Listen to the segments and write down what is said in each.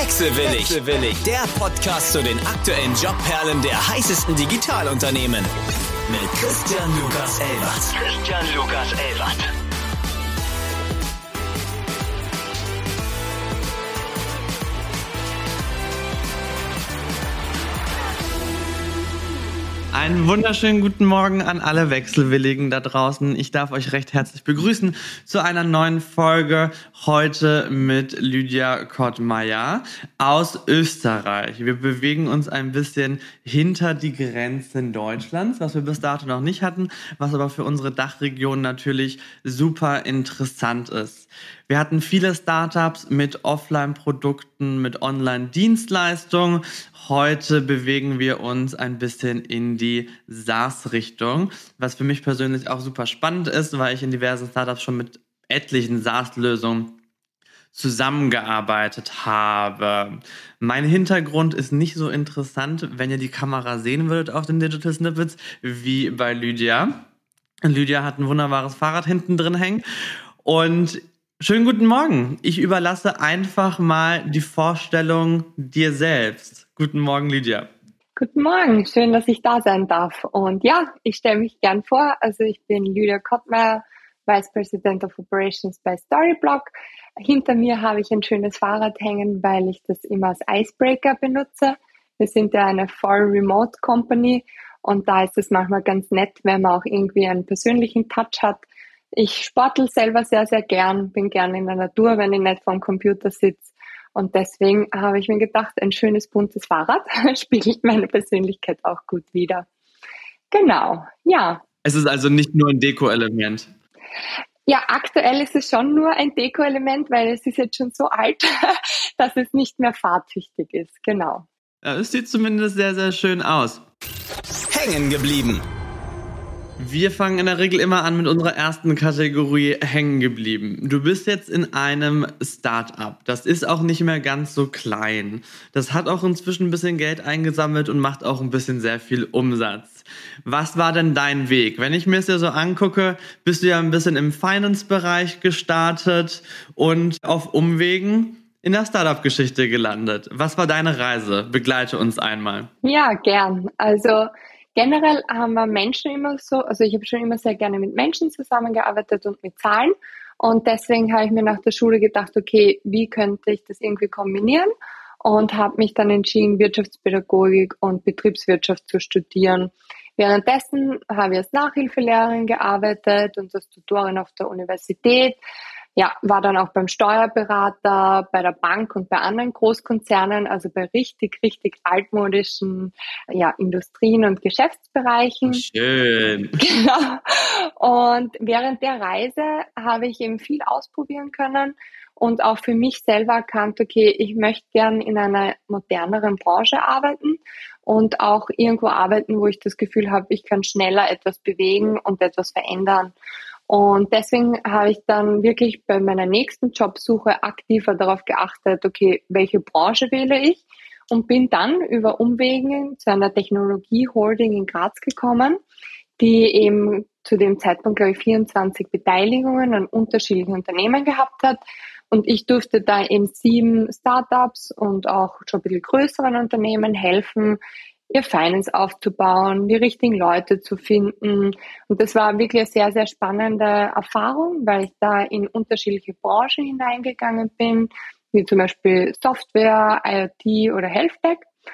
Wechselwillig, der Podcast zu den aktuellen Jobperlen der heißesten Digitalunternehmen. Mit Christian Lukas Elwart. Einen wunderschönen guten Morgen an alle Wechselwilligen da draußen. Ich darf euch recht herzlich begrüßen zu einer neuen Folge heute mit Lydia Kottmeier aus Österreich. Wir bewegen uns ein bisschen hinter die Grenzen Deutschlands, was wir bis dato noch nicht hatten, was aber für unsere Dachregion natürlich super interessant ist. Wir hatten viele Startups mit Offline-Produkten, mit Online-Dienstleistungen. Heute bewegen wir uns ein bisschen in die SaaS-Richtung, was für mich persönlich auch super spannend ist, weil ich in diversen Startups schon mit etlichen SaaS-Lösungen zusammengearbeitet habe. Mein Hintergrund ist nicht so interessant, wenn ihr die Kamera sehen würdet auf den Digital Snippets, wie bei Lydia. Lydia hat ein wunderbares Fahrrad hinten drin hängen und schönen guten Morgen. Ich überlasse einfach mal die Vorstellung dir selbst. Guten Morgen, Lydia. Guten Morgen, schön, dass ich da sein darf. Und ja, ich stelle mich gern vor. Also ich bin Lydia Kottmeier, Vice President of Operations bei Storyblock. Hinter mir habe ich ein schönes Fahrrad hängen, weil ich das immer als Icebreaker benutze. Wir sind ja eine Full Remote Company und da ist es manchmal ganz nett, wenn man auch irgendwie einen persönlichen Touch hat. Ich sportle selber sehr, sehr gern, bin gern in der Natur, wenn ich nicht vorm Computer sitze. Und deswegen habe ich mir gedacht, ein schönes, buntes Fahrrad spiegelt meine Persönlichkeit auch gut wider. Genau, ja. Es ist also nicht nur ein Deko-Element. Ja, aktuell ist es schon nur ein Deko-Element, weil es ist jetzt schon so alt, dass es nicht mehr fahrtüchtig ist. Genau. Ja, es sieht zumindest sehr, sehr schön aus. Hängen geblieben. Wir fangen in der Regel immer an mit unserer ersten Kategorie hängen geblieben. Du bist jetzt in einem Start-up. Das ist auch nicht mehr ganz so klein. Das hat auch inzwischen ein bisschen Geld eingesammelt und macht auch ein bisschen sehr viel Umsatz. Was war denn dein Weg? Wenn ich mir es ja so angucke, bist du ja ein bisschen im Finance-Bereich gestartet und auf Umwegen in der Startup-Geschichte gelandet. Was war deine Reise? Begleite uns einmal. Ja, gern. Also generell haben wir Menschen immer so, also ich habe schon immer sehr gerne mit Menschen zusammengearbeitet und mit Zahlen. Und deswegen habe ich mir nach der Schule gedacht, okay, wie könnte ich das irgendwie kombinieren? Und habe mich dann entschieden, Wirtschaftspädagogik und Betriebswirtschaft zu studieren. Währenddessen habe ich als Nachhilfelehrerin gearbeitet und als Tutorin auf der Universität. Ja, war dann auch beim Steuerberater, bei der Bank und bei anderen Großkonzernen, also bei richtig altmodischen Industrien und Geschäftsbereichen. Schön. Genau. Und während der Reise habe ich eben viel ausprobieren können und auch für mich selber erkannt, okay, ich möchte gern in einer moderneren Branche arbeiten und auch irgendwo arbeiten, wo ich das Gefühl habe, ich kann schneller etwas bewegen und etwas verändern. Und deswegen habe ich dann wirklich bei meiner nächsten Jobsuche aktiver darauf geachtet, okay, welche Branche wähle ich? Und bin dann über Umwegen zu einer Technologie-Holding in Graz gekommen, die eben zu dem Zeitpunkt, glaube ich, 24 Beteiligungen an unterschiedlichen Unternehmen gehabt hat. Und ich durfte da eben 7 Startups und auch schon ein bisschen größeren Unternehmen helfen, ihr Finance aufzubauen, die richtigen Leute zu finden. Und das war wirklich eine sehr, sehr spannende Erfahrung, weil ich da in unterschiedliche Branchen hineingegangen bin, wie zum Beispiel Software, IoT oder Health-Tech.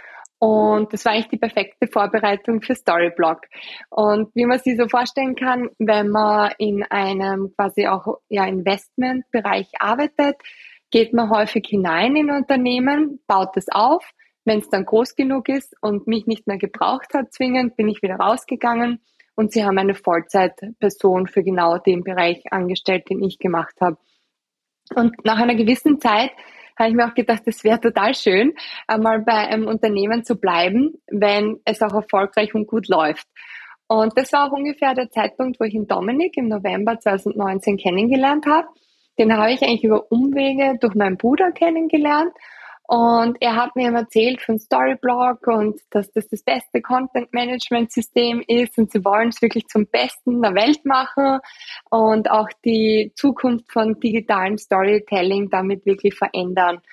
Und das war eigentlich die perfekte Vorbereitung für Storyblock. Und wie man sich so vorstellen kann, wenn man in einem quasi auch Investmentbereich arbeitet, geht man häufig hinein in Unternehmen, baut es auf. Wenn es dann groß genug ist und mich nicht mehr gebraucht hat zwingend, bin ich wieder rausgegangen und sie haben eine Vollzeitperson für genau den Bereich angestellt, den ich gemacht habe. Und nach einer gewissen Zeit habe ich mir auch gedacht, es wäre total schön, einmal bei einem Unternehmen zu bleiben, wenn es auch erfolgreich und gut läuft. Und das war auch ungefähr der Zeitpunkt, wo ich den Dominik im November 2019 kennengelernt habe. Den habe ich eigentlich über Umwege durch meinen Bruder kennengelernt. Und er hat mir erzählt von Storyblock und dass das das beste Content-Management-System ist und sie wollen es wirklich zum Besten der Welt machen und auch die Zukunft von digitalem Storytelling damit wirklich verändern.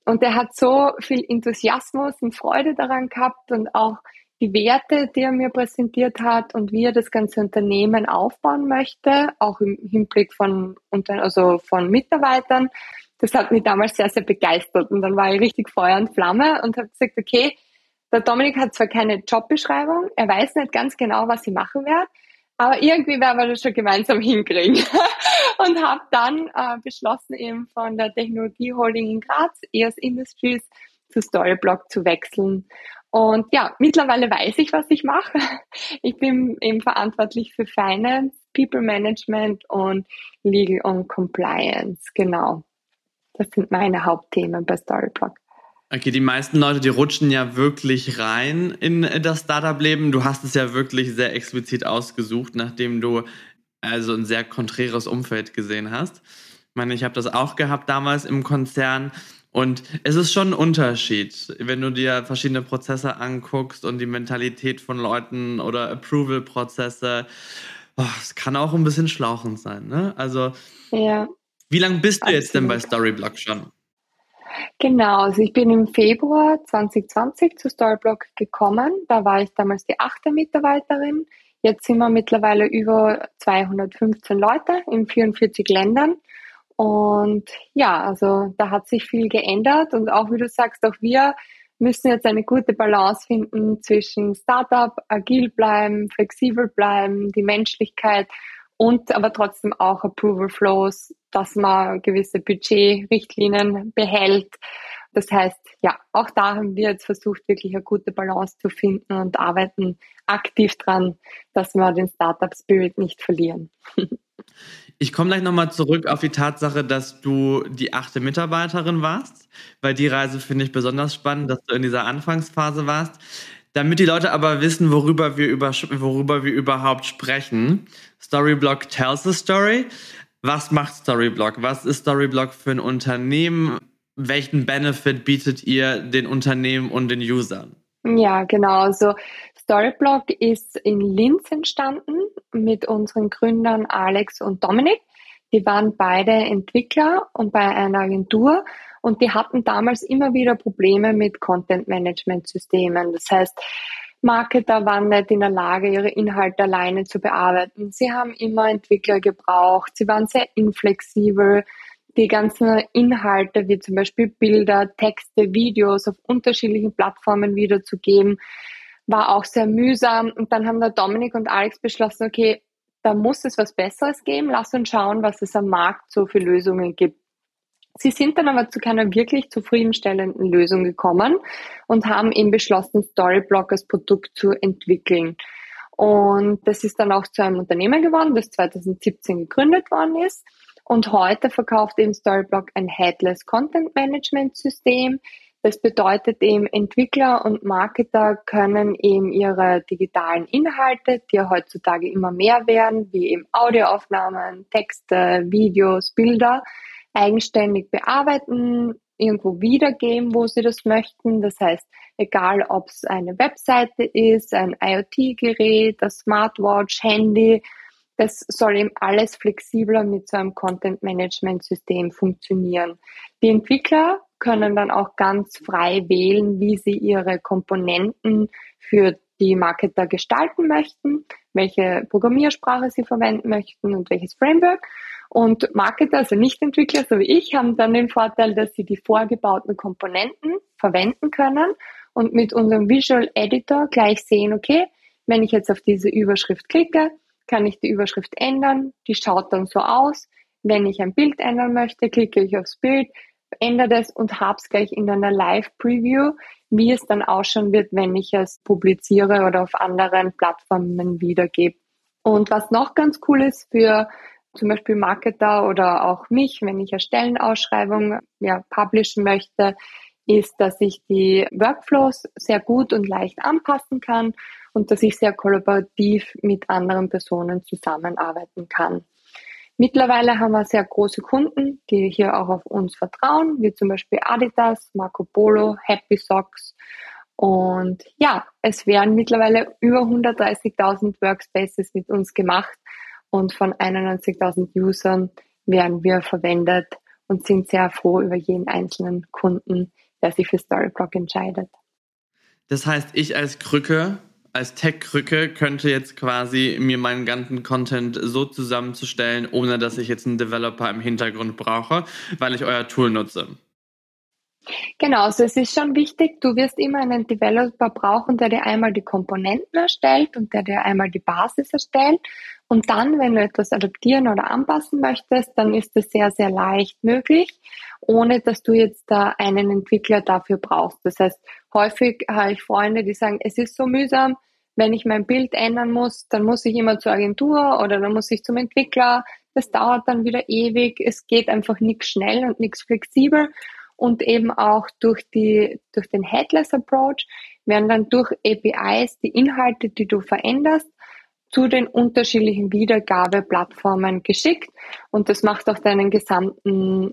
Und der hat so viel Enthusiasmus und Freude daran gehabt und auch die Werte, die er mir präsentiert hat und wie er das ganze Unternehmen aufbauen möchte, auch im Hinblick von Mitarbeitern. Das hat mich damals sehr, sehr begeistert. Und dann war ich richtig Feuer und Flamme und habe gesagt, okay, der Dominik hat zwar keine Jobbeschreibung, er weiß nicht ganz genau, was ich machen werde, aber irgendwie werden wir das schon gemeinsam hinkriegen. Und habe dann beschlossen, eben von der Technologie-Holding in Graz, EOS Industries, zu Storyblock zu wechseln. Und ja, mittlerweile weiß ich, was ich mache. Ich bin eben verantwortlich für Finance, People Management und Legal und Compliance. Genau. Das sind meine Hauptthemen bei Storyblock. Okay, die meisten Leute, die rutschen ja wirklich rein in das Startup-Leben. Du hast es ja wirklich sehr explizit ausgesucht, nachdem du also ein sehr konträres Umfeld gesehen hast. Ich meine, ich habe das auch gehabt damals im Konzern und es ist schon ein Unterschied, wenn du dir verschiedene Prozesse anguckst und die Mentalität von Leuten oder Approval-Prozesse. Es kann auch ein bisschen schlauchend sein, ne? Also, ja, wie lange bist du absolut. jetzt denn bei Storyblock schon? Genau, also ich bin im Februar 2020 zu Storyblock gekommen. Da war ich damals die 8. Mitarbeiterin. Jetzt sind wir mittlerweile über 215 Leute in 44 Ländern. Und ja, also da hat sich viel geändert. Und auch wie du sagst, auch wir müssen jetzt eine gute Balance finden zwischen Startup, agil bleiben, flexibel bleiben, die Menschlichkeit und aber trotzdem auch Approval Flows, dass man gewisse Budgetrichtlinien behält. Das heißt, ja, auch da haben wir jetzt versucht, wirklich eine gute Balance zu finden und arbeiten aktiv dran, dass wir den Startup-Spirit nicht verlieren. Ich komme gleich nochmal zurück auf die Tatsache, dass du die 8. Mitarbeiterin warst, weil die Reise finde ich besonders spannend, dass du in dieser Anfangsphase warst. Damit die Leute aber wissen, worüber wir überhaupt sprechen. Storyblock tells the story. Was macht Storyblock? Was ist Storyblock für ein Unternehmen? Welchen Benefit bietet ihr den Unternehmen und den Usern? Ja, genau. Also Storyblock ist in Linz entstanden mit unseren Gründern Alex und Dominik. Die waren beide Entwickler und bei einer Agentur und die hatten damals immer wieder Probleme mit Content-Management-Systemen. Das heißt, Marketer waren nicht in der Lage, ihre Inhalte alleine zu bearbeiten. Sie haben immer Entwickler gebraucht. Sie waren sehr inflexibel. Die ganzen Inhalte, wie zum Beispiel Bilder, Texte, Videos auf unterschiedlichen Plattformen wiederzugeben, war auch sehr mühsam. Und dann haben der Dominik und Alex beschlossen, okay, da muss es was Besseres geben. Lass uns schauen, was es am Markt so für Lösungen gibt. Sie sind dann aber zu keiner wirklich zufriedenstellenden Lösung gekommen und haben eben beschlossen, Storyblock als Produkt zu entwickeln. Und das ist dann auch zu einem Unternehmen geworden, das 2017 gegründet worden ist. Und heute verkauft eben Storyblock ein Headless Content Management System. Das bedeutet eben, Entwickler und Marketer können eben ihre digitalen Inhalte, die ja heutzutage immer mehr werden, wie eben Audioaufnahmen, Texte, Videos, Bilder, eigenständig bearbeiten, irgendwo wiedergeben, wo sie das möchten. Das heißt, egal ob es eine Webseite ist, ein IoT-Gerät, das Smartwatch, Handy, das soll eben alles flexibler mit so einem Content-Management-System funktionieren. Die Entwickler können dann auch ganz frei wählen, wie sie ihre Komponenten für die Marketer gestalten möchten, welche Programmiersprache sie verwenden möchten und welches Framework. Und Marketer, also Nicht-Entwickler, so wie ich, haben dann den Vorteil, dass sie die vorgebauten Komponenten verwenden können und mit unserem Visual Editor gleich sehen, okay, wenn ich jetzt auf diese Überschrift klicke, kann ich die Überschrift ändern, die schaut dann so aus. Wenn ich ein Bild ändern möchte, klicke ich aufs Bild, ändere das und habe es gleich in einer Live-Preview, wie es dann ausschauen wird, wenn ich es publiziere oder auf anderen Plattformen wiedergebe. Und was noch ganz cool ist für zum Beispiel Marketer oder auch mich, wenn ich eine Stellenausschreibung publishen möchte, ist, dass ich die Workflows sehr gut und leicht anpassen kann und dass ich sehr kollaborativ mit anderen Personen zusammenarbeiten kann. Mittlerweile haben wir sehr große Kunden, die hier auch auf uns vertrauen, wie zum Beispiel Adidas, Marco Polo, Happy Socks. Und ja, es werden mittlerweile über 130.000 Workspaces mit uns gemacht und von 91.000 Usern werden wir verwendet und sind sehr froh über jeden einzelnen Kunden, der sich für Storyblog entscheidet. Das heißt, ich als Krücke, als Tech-Krücke könnte jetzt quasi mir meinen ganzen Content so zusammenzustellen, ohne dass ich jetzt einen Developer im Hintergrund brauche, weil ich euer Tool nutze. Genau, also es ist schon wichtig, du wirst immer einen Developer brauchen, der dir einmal die Komponenten erstellt und der dir einmal die Basis erstellt. Und dann, wenn du etwas adaptieren oder anpassen möchtest, dann ist das sehr, sehr leicht möglich, ohne dass du jetzt da einen Entwickler dafür brauchst. Das heißt, häufig habe ich Freunde, die sagen, es ist so mühsam, wenn ich mein Bild ändern muss, dann muss ich immer zur Agentur oder dann muss ich zum Entwickler. Das dauert dann wieder ewig. Es geht einfach nichts schnell und nichts flexibel. Und eben auch durch den Headless Approach werden dann durch APIs die Inhalte, die du veränderst, zu den unterschiedlichen Wiedergabeplattformen geschickt. Und das macht auch deinen gesamten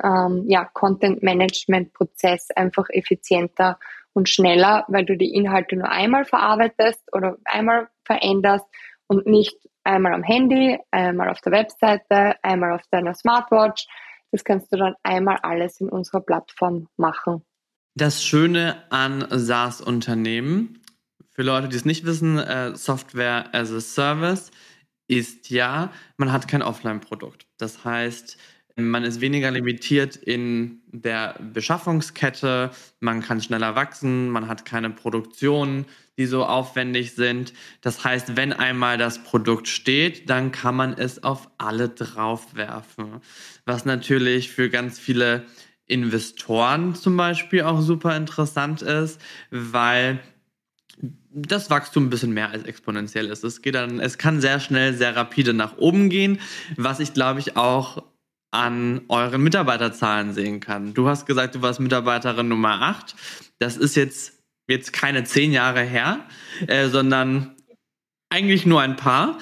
Content-Management-Prozess einfach effizienter und schneller, weil du die Inhalte nur einmal verarbeitest oder einmal veränderst und nicht einmal am Handy, einmal auf der Webseite, einmal auf deiner Smartwatch. Das kannst du dann einmal alles in unserer Plattform machen. Das Schöne an SaaS-Unternehmen, für Leute, die es nicht wissen, Software as a Service, ist ja, man hat kein Offline-Produkt. Das heißt, man ist weniger limitiert in der Beschaffungskette, man kann schneller wachsen, man hat keine Produktionen, die so aufwendig sind. Das heißt, wenn einmal das Produkt steht, dann kann man es auf alle draufwerfen. Was natürlich für ganz viele Investoren zum Beispiel auch super interessant ist, weil das Wachstum ein bisschen mehr als exponentiell ist. Es kann sehr schnell, sehr rapide nach oben gehen, was ich glaube ich auch an euren Mitarbeiterzahlen sehen kann. Du hast gesagt, du warst Mitarbeiterin Nummer 8. Das ist jetzt keine 10 Jahre her, sondern eigentlich nur ein paar.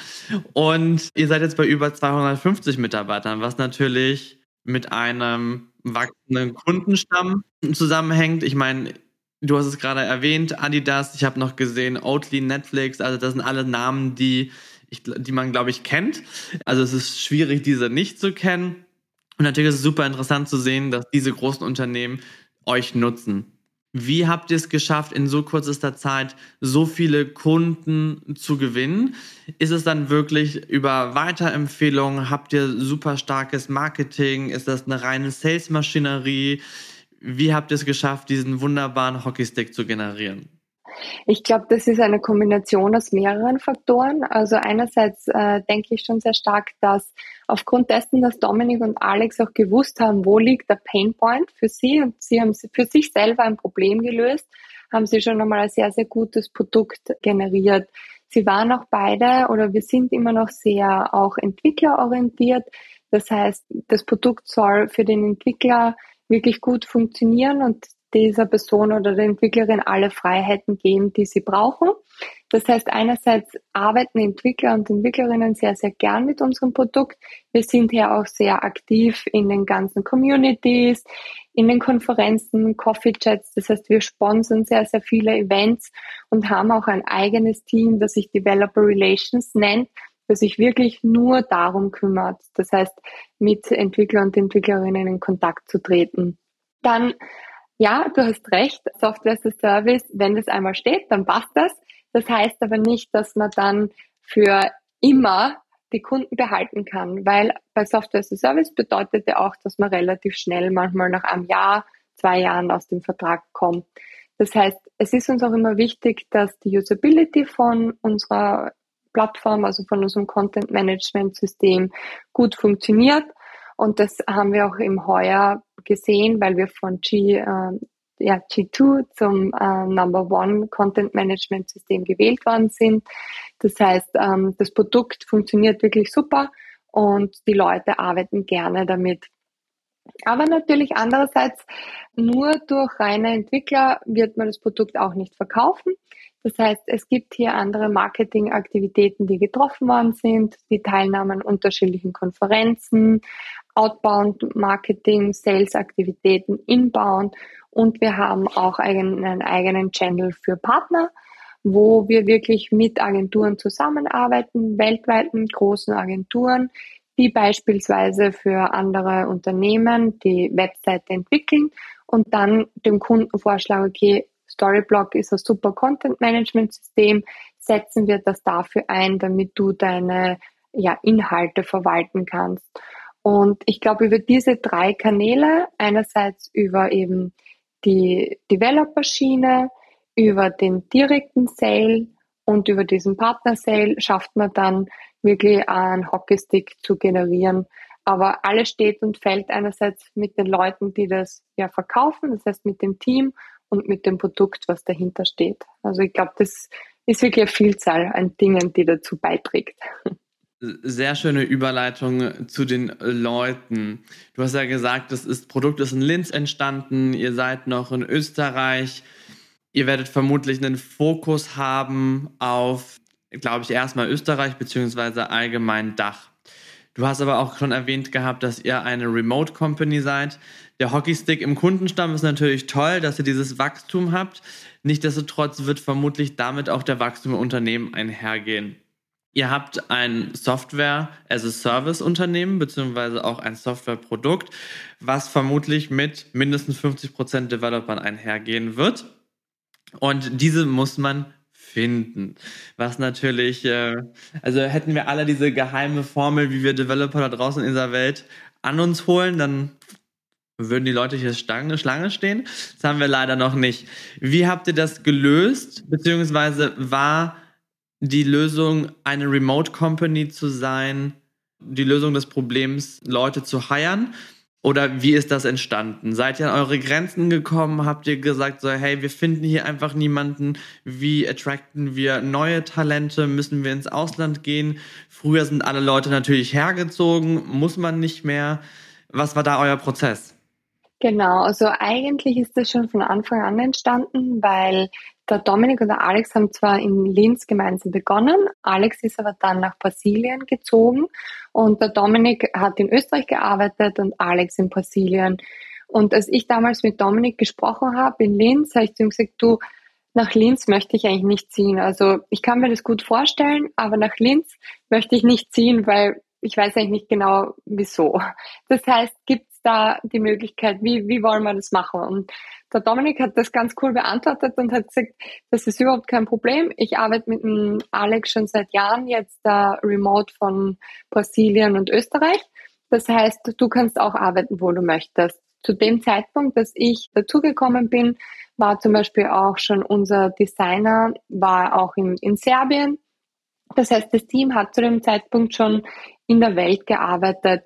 Und ihr seid jetzt bei über 250 Mitarbeitern, was natürlich mit einem wachsenden Kundenstamm zusammenhängt. Ich meine, du hast es gerade erwähnt, Adidas, ich habe noch gesehen, Oatly, Netflix, also das sind alle Namen, die man, glaube ich, kennt. Also es ist schwierig, diese nicht zu kennen. Und natürlich ist es super interessant zu sehen, dass diese großen Unternehmen euch nutzen. Wie habt ihr es geschafft, in so kürzester Zeit so viele Kunden zu gewinnen? Ist es dann wirklich über Weiterempfehlungen? Habt ihr super starkes Marketing? Ist das eine reine Sales-Maschinerie? Wie habt ihr es geschafft, diesen wunderbaren Hockeystick zu generieren? Ich glaube, das ist eine Kombination aus mehreren Faktoren. Also einerseits denke ich schon sehr stark, dass aufgrund dessen, dass Dominik und Alex auch gewusst haben, wo liegt der Painpoint für sie und sie haben für sich selber ein Problem gelöst, haben sie schon einmal ein sehr, sehr gutes Produkt generiert. Sie waren auch beide oder wir sind immer noch sehr auch entwicklerorientiert. Das heißt, das Produkt soll für den Entwickler wirklich gut funktionieren und dieser Person oder der Entwicklerin alle Freiheiten geben, die sie brauchen. Das heißt, einerseits arbeiten Entwickler und Entwicklerinnen sehr, sehr gern mit unserem Produkt. Wir sind hier auch sehr aktiv in den ganzen Communities, in den Konferenzen, Coffee-Chats. Das heißt, wir sponsern sehr, sehr viele Events und haben auch ein eigenes Team, das sich Developer Relations nennt, das sich wirklich nur darum kümmert. Das heißt, mit Entwickler und Entwicklerinnen in Kontakt zu treten. Dann ja, du hast recht, Software as a Service, wenn das einmal steht, dann passt das. Das heißt aber nicht, dass man dann für immer die Kunden behalten kann, weil bei Software as a Service bedeutet ja auch, dass man relativ schnell, manchmal nach einem Jahr, 2 Jahren aus dem Vertrag kommt. Das heißt, es ist uns auch immer wichtig, dass die Usability von unserer Plattform, also von unserem Content Management System gut funktioniert. Und das haben wir auch im Heuer gesehen, weil wir von G2 zum Number One Content Management System gewählt worden sind. Das heißt, das Produkt funktioniert wirklich super und die Leute arbeiten gerne damit. Aber natürlich andererseits, nur durch reine Entwickler wird man das Produkt auch nicht verkaufen. Das heißt, es gibt hier andere Marketingaktivitäten, die getroffen worden sind, die Teilnahme an unterschiedlichen Konferenzen, Outbound Marketing, Sales-Aktivitäten, Inbound und wir haben auch einen eigenen Channel für Partner, wo wir wirklich mit Agenturen zusammenarbeiten, weltweiten großen Agenturen, die beispielsweise für andere Unternehmen die Webseite entwickeln und dann dem Kunden vorschlagen, okay, Storyblock ist ein super Content-Management-System, setzen wir das dafür ein, damit du deine Inhalte verwalten kannst. Und ich glaube, über diese 3 Kanäle, einerseits über eben die Developer-Schiene, über den direkten Sale und über diesen Partner-Sale schafft man dann wirklich einen Hockeystick zu generieren. Aber alles steht und fällt einerseits mit den Leuten, die das verkaufen, das heißt mit dem Team und mit dem Produkt, was dahinter steht. Also ich glaube, das ist wirklich eine Vielzahl an Dingen, die dazu beiträgt. Sehr schöne Überleitung zu den Leuten. Du hast ja gesagt, das Produkt ist in Linz entstanden, ihr seid noch in Österreich. Ihr werdet vermutlich einen Fokus haben auf, glaube ich, erstmal Österreich beziehungsweise allgemein Dach. Du hast aber auch schon erwähnt gehabt, dass ihr eine Remote Company seid. Der Hockeystick im Kundenstamm ist natürlich toll, dass ihr dieses Wachstum habt. Nichtsdestotrotz wird vermutlich damit auch der Wachstum im Unternehmen einhergehen. Ihr habt ein Software-as-a-Service-Unternehmen beziehungsweise auch ein Softwareprodukt, was vermutlich mit mindestens 50% Developern einhergehen wird. Und diese muss man finden. Was natürlich, also hätten wir alle diese geheime Formel, wie wir Developer da draußen in dieser Welt an uns holen, dann würden die Leute hier Schlange stehen. Das haben wir leider noch nicht. Wie habt ihr das gelöst? Beziehungsweise war die Lösung, eine Remote Company zu sein, die Lösung des Problems, Leute zu hiren? Oder wie ist das entstanden? Seid ihr an eure Grenzen gekommen? Habt ihr gesagt, so, hey, wir finden hier einfach niemanden? Wie attracten wir neue Talente? Müssen wir ins Ausland gehen? Früher sind alle Leute natürlich hergezogen. Muss man nicht mehr? Was war da euer Prozess? Genau, also eigentlich ist das schon von Anfang an entstanden, weil der Dominik und der Alex haben zwar in Linz gemeinsam begonnen, Alex ist aber dann nach Brasilien gezogen und der Dominik hat in Österreich gearbeitet und Alex in Brasilien. Und als ich damals mit Dominik gesprochen habe in Linz, habe ich zu ihm gesagt, du, nach Linz möchte ich eigentlich nicht ziehen. Also ich kann mir das gut vorstellen, aber nach Linz möchte ich nicht ziehen, weil ich weiß eigentlich nicht genau, wieso. Das heißt, gibt es da die Möglichkeit, wie wollen wir das machen? Und der Dominik hat das ganz cool beantwortet und hat gesagt, das ist überhaupt kein Problem. Ich arbeite mit dem Alex schon seit Jahren jetzt da remote von Brasilien und Österreich. Das heißt, du kannst auch arbeiten, wo du möchtest. Zu dem Zeitpunkt, dass ich dazugekommen bin, war zum Beispiel auch schon unser Designer, war auch in Serbien. Das heißt, das Team hat zu dem Zeitpunkt schon in der Welt gearbeitet.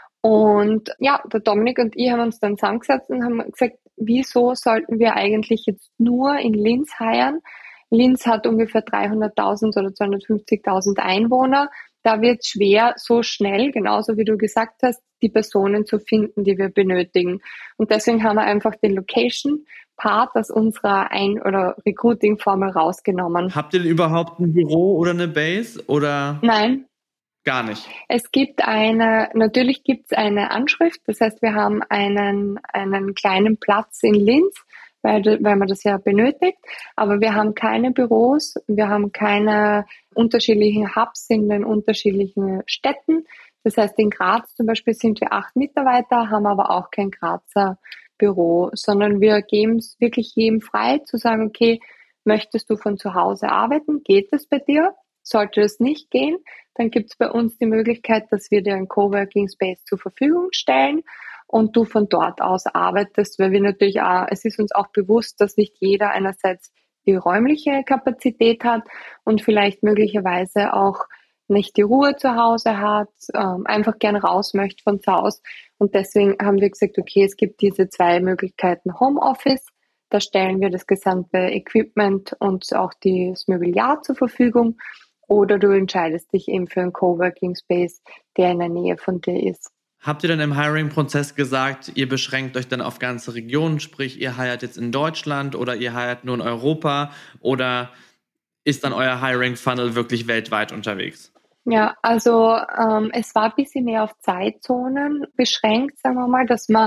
Und ja, der Dominik und ich haben uns dann zusammengesetzt und haben gesagt, wieso sollten wir eigentlich jetzt nur in Linz hiren? Linz hat ungefähr 300.000 oder 250.000 Einwohner. Da wird es schwer, so schnell, genauso wie du gesagt hast, die Personen zu finden, die wir benötigen. Und deswegen haben wir einfach den Location-Part aus unserer oder Recruiting-Formel rausgenommen. Habt ihr denn überhaupt ein Büro oder eine Base oder? Nein. Gar nicht. Es gibt natürlich gibt es eine Anschrift, das heißt, wir haben einen kleinen Platz in Linz, weil man das ja benötigt, aber wir haben keine Büros, wir haben keine unterschiedlichen Hubs in den unterschiedlichen Städten. Das heißt, in Graz zum Beispiel sind wir 8 Mitarbeiter, haben aber auch kein Grazer Büro, sondern wir geben es wirklich jedem frei zu sagen, okay, möchtest du von zu Hause arbeiten? Geht das bei dir? Sollte es nicht gehen, dann gibt es bei uns die Möglichkeit, dass wir dir einen Coworking Space zur Verfügung stellen und du von dort aus arbeitest, weil wir natürlich es ist uns auch bewusst, dass nicht jeder einerseits die räumliche Kapazität hat und vielleicht möglicherweise auch nicht die Ruhe zu Hause hat, einfach gern raus möchte von zu Hause. Und deswegen haben wir gesagt, okay, es gibt diese 2 Möglichkeiten Homeoffice. Da stellen wir das gesamte Equipment und auch das Mobiliar zur Verfügung. Oder du entscheidest dich eben für einen Coworking Space, der in der Nähe von dir ist. Habt ihr dann im Hiring-Prozess gesagt, ihr beschränkt euch dann auf ganze Regionen, sprich ihr hirt jetzt in Deutschland oder ihr hirt nur in Europa oder ist dann euer Hiring-Funnel wirklich weltweit unterwegs? Ja, also es war ein bisschen mehr auf Zeitzonen beschränkt, sagen wir mal, dass man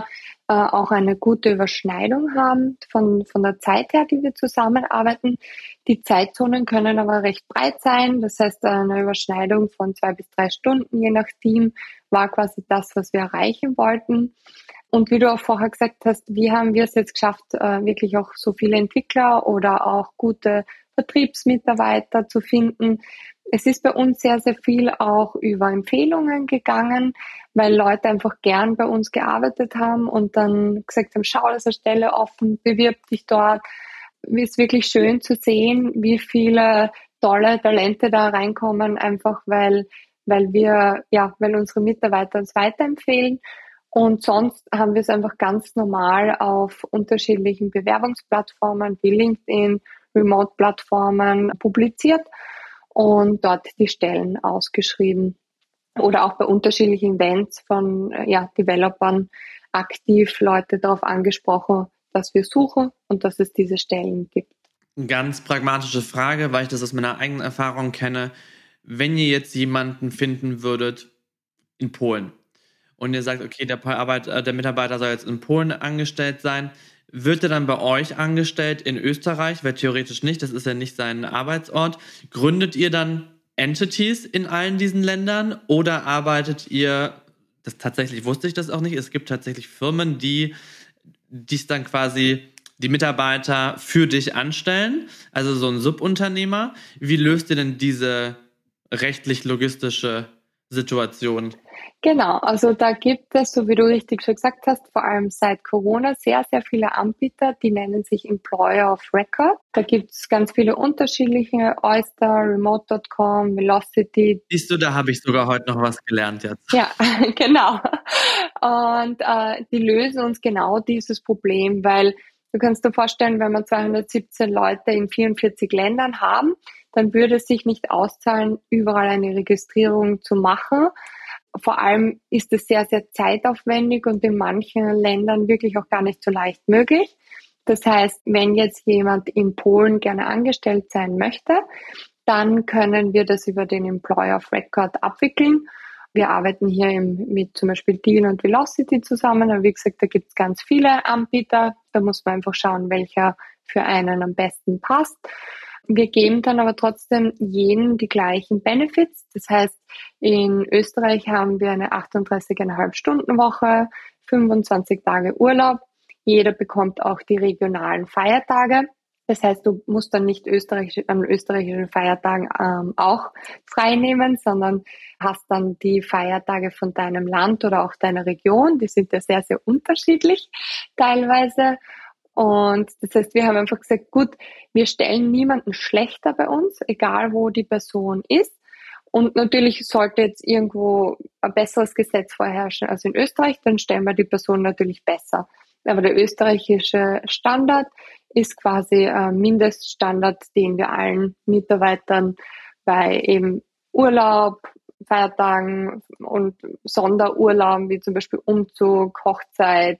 auch eine gute Überschneidung haben von der Zeit her, die wir zusammenarbeiten. Die Zeitzonen können aber recht breit sein. Das heißt, eine Überschneidung von 2 bis 3 Stunden, je nach Team, war quasi das, was wir erreichen wollten. Und wie du auch vorher gesagt hast, wie haben wir es jetzt geschafft, wirklich auch so viele Entwickler oder auch gute Vertriebsmitarbeiter zu finden? Es ist bei uns sehr, sehr viel auch über Empfehlungen gegangen, weil Leute einfach gern bei uns gearbeitet haben und dann gesagt haben, schau, da ist eine Stelle offen, bewirb dich dort. Es ist wirklich schön zu sehen, wie viele tolle Talente da reinkommen, einfach weil unsere Mitarbeiter uns weiterempfehlen. Und sonst haben wir es einfach ganz normal auf unterschiedlichen Bewerbungsplattformen wie LinkedIn, Remote-Plattformen publiziert und dort die Stellen ausgeschrieben. Oder auch bei unterschiedlichen Events von Developern aktiv Leute darauf angesprochen, dass wir suchen und dass es diese Stellen gibt. Eine ganz pragmatische Frage, weil ich das aus meiner eigenen Erfahrung kenne. Wenn ihr jetzt jemanden finden würdet in Polen und ihr sagt, okay, der Mitarbeiter soll jetzt in Polen angestellt sein, wird er dann bei euch angestellt in Österreich? Weil theoretisch nicht, das ist ja nicht sein Arbeitsort. Gründet ihr dann Entities in allen diesen Ländern oder arbeitet ihr, das tatsächlich wusste ich das auch nicht, es gibt tatsächlich Firmen, die dies dann quasi die Mitarbeiter für dich anstellen, also so ein Subunternehmer. Wie löst ihr denn diese rechtlich-logistische Situation? Genau, also da gibt es, so wie du richtig schon gesagt hast, vor allem seit Corona sehr, sehr viele Anbieter, die nennen sich Employer of Record. Da gibt es ganz viele unterschiedliche, Oyster, Remote.com, Velocity. Siehst du, da habe ich sogar heute noch was gelernt jetzt. Ja, genau. Und die lösen uns genau dieses Problem, weil du kannst dir vorstellen, wenn wir 217 Leute in 44 Ländern haben, dann würde es sich nicht auszahlen, überall eine Registrierung zu machen. Vor allem ist es sehr, sehr zeitaufwendig und in manchen Ländern wirklich auch gar nicht so leicht möglich. Das heißt, wenn jetzt jemand in Polen gerne angestellt sein möchte, dann können wir das über den Employer of Record abwickeln. Wir arbeiten hier mit zum Beispiel Deal und Velocity zusammen. Aber wie gesagt, da gibt es ganz viele Anbieter. Da muss man einfach schauen, welcher für einen am besten passt. Wir geben dann aber trotzdem jedem die gleichen Benefits. Das heißt, in Österreich haben wir eine 38,5-Stunden-Woche, 25 Tage Urlaub. Jeder bekommt auch die regionalen Feiertage. Das heißt, du musst dann nicht an österreichischen Feiertagen auch frei nehmen, sondern hast dann die Feiertage von deinem Land oder auch deiner Region. Die sind ja sehr, sehr unterschiedlich teilweise. Und das heißt, wir haben einfach gesagt, gut, wir stellen niemanden schlechter bei uns, egal wo die Person ist. Und natürlich sollte jetzt irgendwo ein besseres Gesetz vorherrschen als in Österreich, dann stellen wir die Person natürlich besser. Aber der österreichische Standard ist quasi ein Mindeststandard, den wir allen Mitarbeitern bei eben Urlaub, Feiertagen und Sonderurlauben, wie zum Beispiel Umzug, Hochzeit,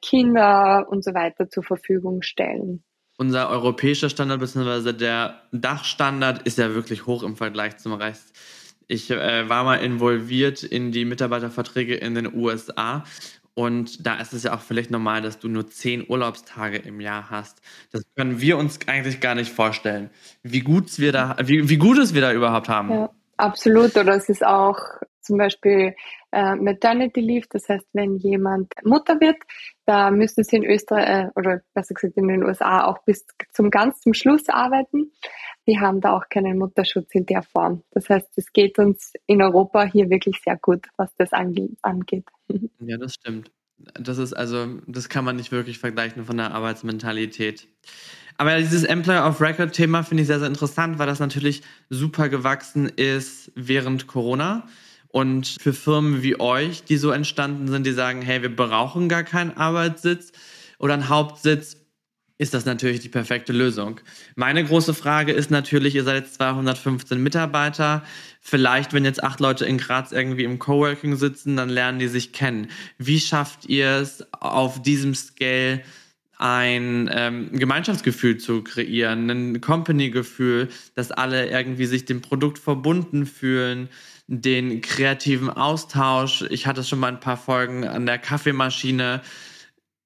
Kinder und so weiter zur Verfügung stellen. Unser europäischer Standard bzw. der Dachstandard ist ja wirklich hoch im Vergleich zum Rest. Ich war mal involviert in die Mitarbeiterverträge in den USA und da ist es ja auch völlig normal, dass du nur 10 Urlaubstage im Jahr hast. Das können wir uns eigentlich gar nicht vorstellen, wie gut es wir da überhaupt haben. Ja, absolut. Oder es ist auch zum Beispiel Maternity Leave, das heißt, wenn jemand Mutter wird, da müssen sie in Österreich oder besser gesagt in den USA auch bis zum Schluss arbeiten. Die haben da auch keinen Mutterschutz in der Form. Das heißt, es geht uns in Europa hier wirklich sehr gut, was das angeht. Ja, das stimmt. Das kann man nicht wirklich vergleichen von der Arbeitsmentalität. Aber dieses Employer of Record Thema finde ich sehr, sehr interessant, weil das natürlich super gewachsen ist während Corona. Und für Firmen wie euch, die so entstanden sind, die sagen, hey, wir brauchen gar keinen Arbeitssitz oder einen Hauptsitz, ist das natürlich die perfekte Lösung. Meine große Frage ist natürlich, ihr seid jetzt 215 Mitarbeiter. Vielleicht, wenn jetzt 8 Leute in Graz irgendwie im Coworking sitzen, dann lernen die sich kennen. Wie schafft ihr es auf diesem Scale, ein Gemeinschaftsgefühl zu kreieren, ein Company-Gefühl, dass alle irgendwie sich dem Produkt verbunden fühlen, den kreativen Austausch? Ich hatte schon mal ein paar Folgen an der Kaffeemaschine.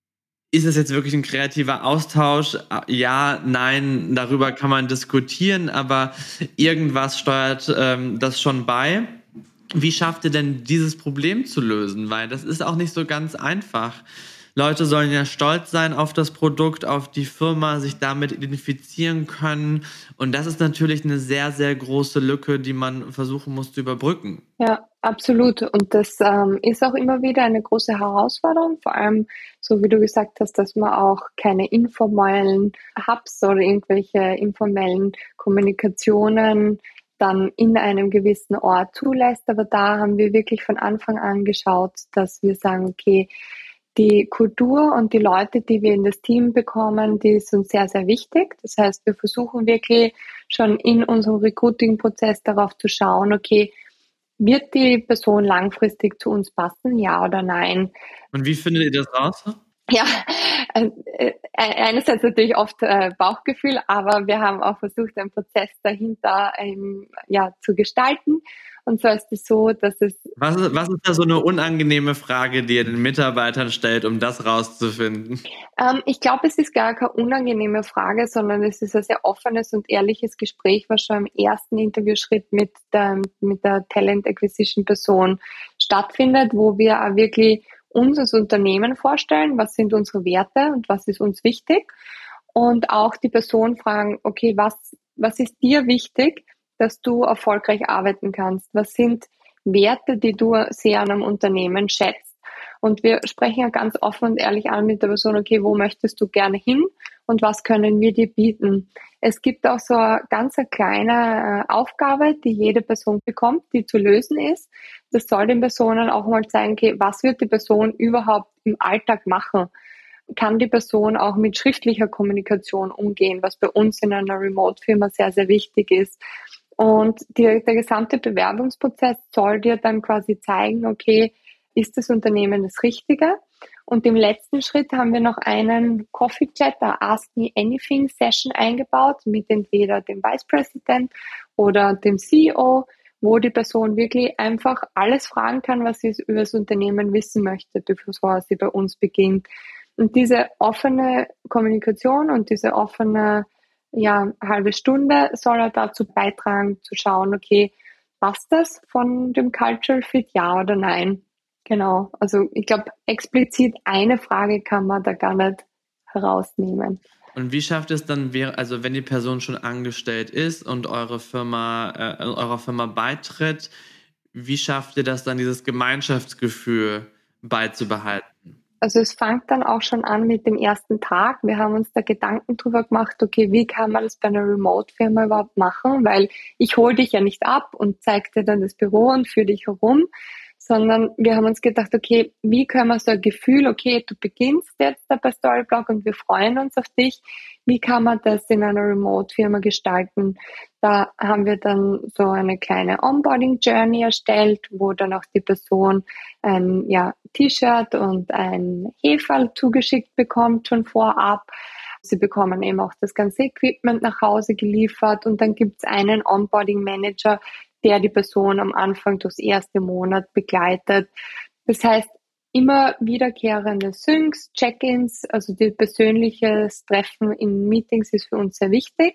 ist es jetzt wirklich ein kreativer Austausch? Ja, nein, darüber kann man diskutieren, aber irgendwas steuert das schon bei. Wie schafft ihr denn dieses Problem zu lösen? Weil das ist auch nicht so ganz einfach. Leute sollen ja stolz sein auf das Produkt, auf die Firma, sich damit identifizieren können. Und das ist natürlich eine sehr, sehr große Lücke, die man versuchen muss zu überbrücken. Ja, absolut. Und das ist auch immer wieder eine große Herausforderung, vor allem, so wie du gesagt hast, dass man auch keine informellen Hubs oder irgendwelche informellen Kommunikationen dann in einem gewissen Ort zulässt. Aber da haben wir wirklich von Anfang an geschaut, dass wir sagen, okay, die Kultur und die Leute, die wir in das Team bekommen, die sind sehr, sehr wichtig. Das heißt, wir versuchen wirklich schon in unserem Recruiting-Prozess darauf zu schauen, okay, wird die Person langfristig zu uns passen, ja oder nein? Und wie findet ihr das raus? Ja, einerseits natürlich oft Bauchgefühl, aber wir haben auch versucht, einen Prozess dahinter zu gestalten. Und zwar ist es so, dass es... Was ist da so eine unangenehme Frage, die ihr den Mitarbeitern stellt, um das rauszufinden? Ich glaube, es ist gar keine unangenehme Frage, sondern es ist ein sehr offenes und ehrliches Gespräch, was schon im ersten Interviewschritt mit der Talent Acquisition Person stattfindet, wo wir auch wirklich uns als Unternehmen vorstellen, was sind unsere Werte und was ist uns wichtig, und auch die Person fragen, okay, was ist dir wichtig, dass du erfolgreich arbeiten kannst? Was sind Werte, die du sehr an einem Unternehmen schätzt? Und wir sprechen ja ganz offen und ehrlich an mit der Person, okay, wo möchtest du gerne hin und was können wir dir bieten? Es gibt auch so eine ganz kleine Aufgabe, die jede Person bekommt, die zu lösen ist. Das soll den Personen auch mal zeigen, okay, was wird die Person überhaupt im Alltag machen? Kann die Person auch mit schriftlicher Kommunikation umgehen, was bei uns in einer Remote-Firma sehr, sehr wichtig ist. Und der gesamte Bewerbungsprozess soll dir dann quasi zeigen, okay, ist das Unternehmen das Richtige? Und im letzten Schritt haben wir noch einen Coffee Chat, eine Ask Me Anything Session eingebaut mit entweder dem Vice President oder dem CEO, wo die Person wirklich einfach alles fragen kann, was sie über das Unternehmen wissen möchte, bevor sie bei uns beginnt. Und diese offene Kommunikation und diese offene halbe Stunde soll er dazu beitragen, zu schauen, okay, passt das von dem Cultural Fit, ja oder nein? Genau, also ich glaube, explizit eine Frage kann man da gar nicht herausnehmen. Und wie schafft es dann, also wenn die Person schon angestellt ist und eurer Firma beitritt, wie schafft ihr das dann, dieses Gemeinschaftsgefühl beizubehalten? Also es fängt dann auch schon an mit dem ersten Tag. Wir haben uns da Gedanken drüber gemacht, okay, wie kann man das bei einer Remote-Firma überhaupt machen? Weil ich hole dich ja nicht ab und zeige dir dann das Büro und führe dich herum, sondern wir haben uns gedacht, okay, wie können wir so ein Gefühl, okay, du beginnst jetzt da bei Storyblog und wir freuen uns auf dich, wie kann man das in einer Remote-Firma gestalten? Da haben wir dann so eine kleine Onboarding-Journey erstellt, wo dann auch die Person ein T-Shirt und ein Heferl zugeschickt bekommt schon vorab. Sie bekommen eben auch das ganze Equipment nach Hause geliefert und dann gibt es einen Onboarding-Manager, der die Person am Anfang durchs erste Monat begleitet. Das heißt, immer wiederkehrende Syncs, Check-ins, also die persönliches Treffen in Meetings ist für uns sehr wichtig.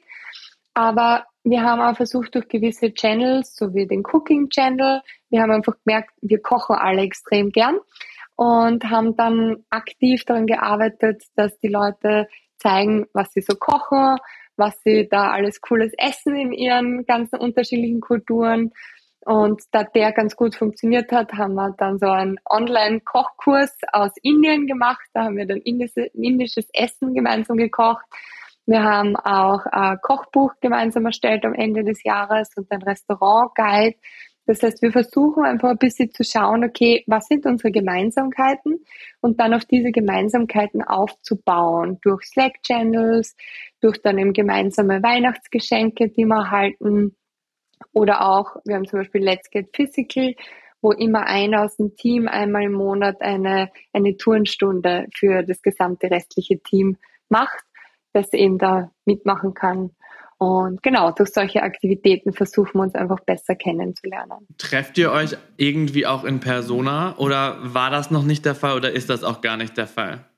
Aber wir haben auch versucht, durch gewisse Channels, so wie den Cooking-Channel, wir haben einfach gemerkt, wir kochen alle extrem gern und haben dann aktiv daran gearbeitet, dass die Leute zeigen, was sie so kochen, was sie da alles Cooles essen in ihren ganzen unterschiedlichen Kulturen. Und da der ganz gut funktioniert hat, haben wir dann so einen Online-Kochkurs aus Indien gemacht. Da haben wir dann indisches Essen gemeinsam gekocht. Wir haben auch ein Kochbuch gemeinsam erstellt am Ende des Jahres und ein Restaurant-Guide. Das heißt, wir versuchen einfach ein bisschen zu schauen, okay, was sind unsere Gemeinsamkeiten und dann auf diese Gemeinsamkeiten aufzubauen durch Slack-Channels, durch dann eben gemeinsame Weihnachtsgeschenke, die wir erhalten oder auch, wir haben zum Beispiel Let's Get Physical, wo immer einer aus dem Team einmal im Monat eine Turnstunde für das gesamte restliche Team macht, das eben da mitmachen kann. Und genau, durch solche Aktivitäten versuchen wir uns einfach besser kennenzulernen. Trefft ihr euch irgendwie auch in Persona oder war das noch nicht der Fall oder ist das auch gar nicht der Fall?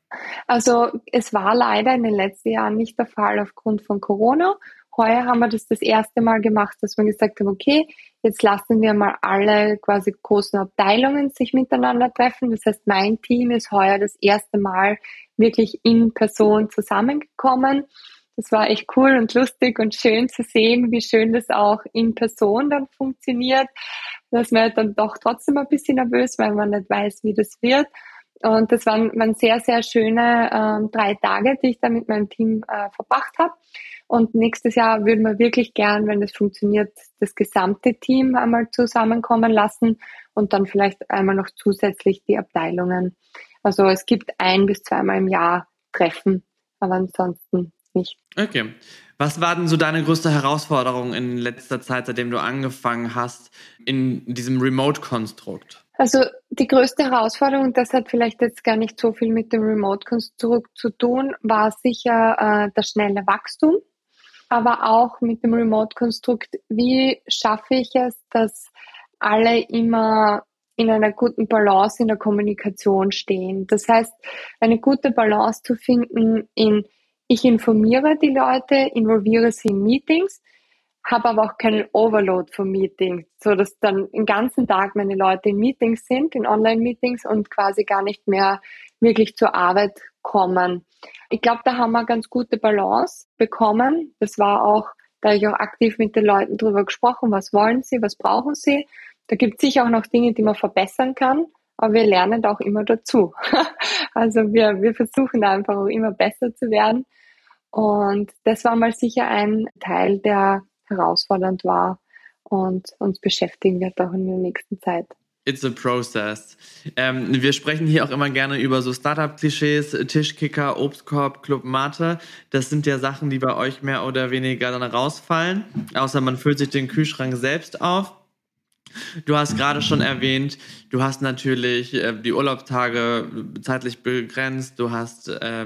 Also es war leider in den letzten Jahren nicht der Fall aufgrund von Corona. Heuer haben wir das erste Mal gemacht, dass wir gesagt haben, okay, jetzt lassen wir mal alle quasi großen Abteilungen sich miteinander treffen. Das heißt, mein Team ist heuer das erste Mal wirklich in Person zusammengekommen. Das war echt cool und lustig und schön zu sehen, wie schön das auch in Person dann funktioniert. Dass man dann doch trotzdem ein bisschen nervös, weil man nicht weiß, wie das wird. Und das waren sehr, sehr schöne 3 Tage, die ich da mit meinem Team verbracht habe. Und nächstes Jahr würden wir wirklich gern, wenn das funktioniert, das gesamte Team einmal zusammenkommen lassen und dann vielleicht einmal noch zusätzlich die Abteilungen. Also es gibt 1 bis 2 Mal im Jahr Treffen, aber ansonsten nicht. Okay. Was war denn so deine größte Herausforderung in letzter Zeit, seitdem du angefangen hast, in diesem Remote-Konstrukt? Also die größte Herausforderung, das hat vielleicht jetzt gar nicht so viel mit dem Remote-Konstrukt zu tun, war sicher das schnelle Wachstum, aber auch mit dem Remote-Konstrukt, wie schaffe ich es, dass alle immer in einer guten Balance in der Kommunikation stehen. Das heißt, eine gute Balance zu finden in, ich informiere die Leute, involviere sie in Meetings, habe aber auch keinen Overload von Meetings, so dass dann den ganzen Tag meine Leute in Meetings sind, in Online-Meetings und quasi gar nicht mehr wirklich zur Arbeit kommen. Ich glaube, da haben wir eine ganz gute Balance bekommen. Das war auch, da ich auch aktiv mit den Leuten drüber gesprochen, was wollen sie, was brauchen sie. Da gibt es sicher auch noch Dinge, die man verbessern kann, aber wir lernen auch immer dazu. Also wir versuchen da einfach auch immer besser zu werden. Und das war mal sicher ein Teil, der herausfordernd war und uns beschäftigen wird auch in der nächsten Zeit. It's a process. Wir sprechen hier auch immer gerne über so Startup-Klischees, Tischkicker, Obstkorb, Club Mate. Das sind ja Sachen, die bei euch mehr oder weniger dann rausfallen, außer man füllt sich den Kühlschrank selbst auf. Du hast gerade schon erwähnt, du hast natürlich die Urlaubstage zeitlich begrenzt, du hast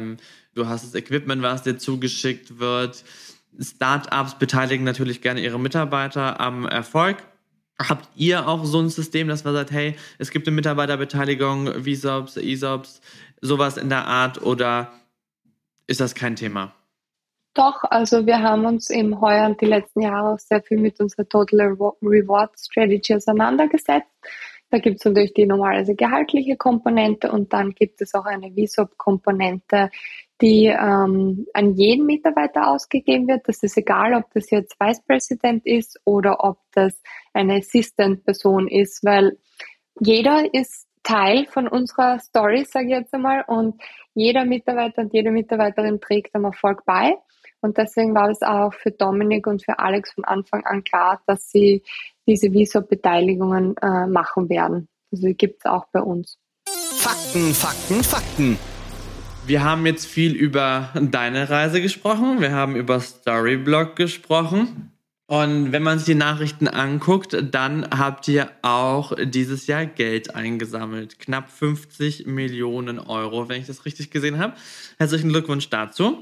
das Equipment, was dir zugeschickt wird. Startups beteiligen natürlich gerne ihre Mitarbeiter am Erfolg. Habt ihr auch so ein System, dass man sagt, hey, es gibt eine Mitarbeiterbeteiligung, VSOPs, ESOPs, sowas in der Art, oder ist das kein Thema? Doch, also wir haben uns im Heuer und die letzten Jahre auch sehr viel mit unserer Total Reward Strategy auseinandergesetzt. Da gibt es natürlich die normalerweise gehaltliche Komponente und dann gibt es auch eine VSOP-Komponente, die an jeden Mitarbeiter ausgegeben wird. Das ist egal, ob das jetzt Vice President ist oder ob das eine Assistant-Person ist, weil jeder ist Teil von unserer Story, sage ich jetzt einmal, und jeder Mitarbeiter und jede Mitarbeiterin trägt am Erfolg bei. Und deswegen war es auch für Dominik und für Alex von Anfang an klar, dass sie diese VSOP-Beteiligungen machen werden. Also die gibt es auch bei uns. Fakten, Fakten, Fakten. Wir haben jetzt viel über deine Reise gesprochen, wir haben über Storyblog gesprochen. Und wenn man sich die Nachrichten anguckt, dann habt ihr auch dieses Jahr Geld eingesammelt. Knapp 50 Millionen Euro, wenn ich das richtig gesehen habe. Herzlichen Glückwunsch dazu.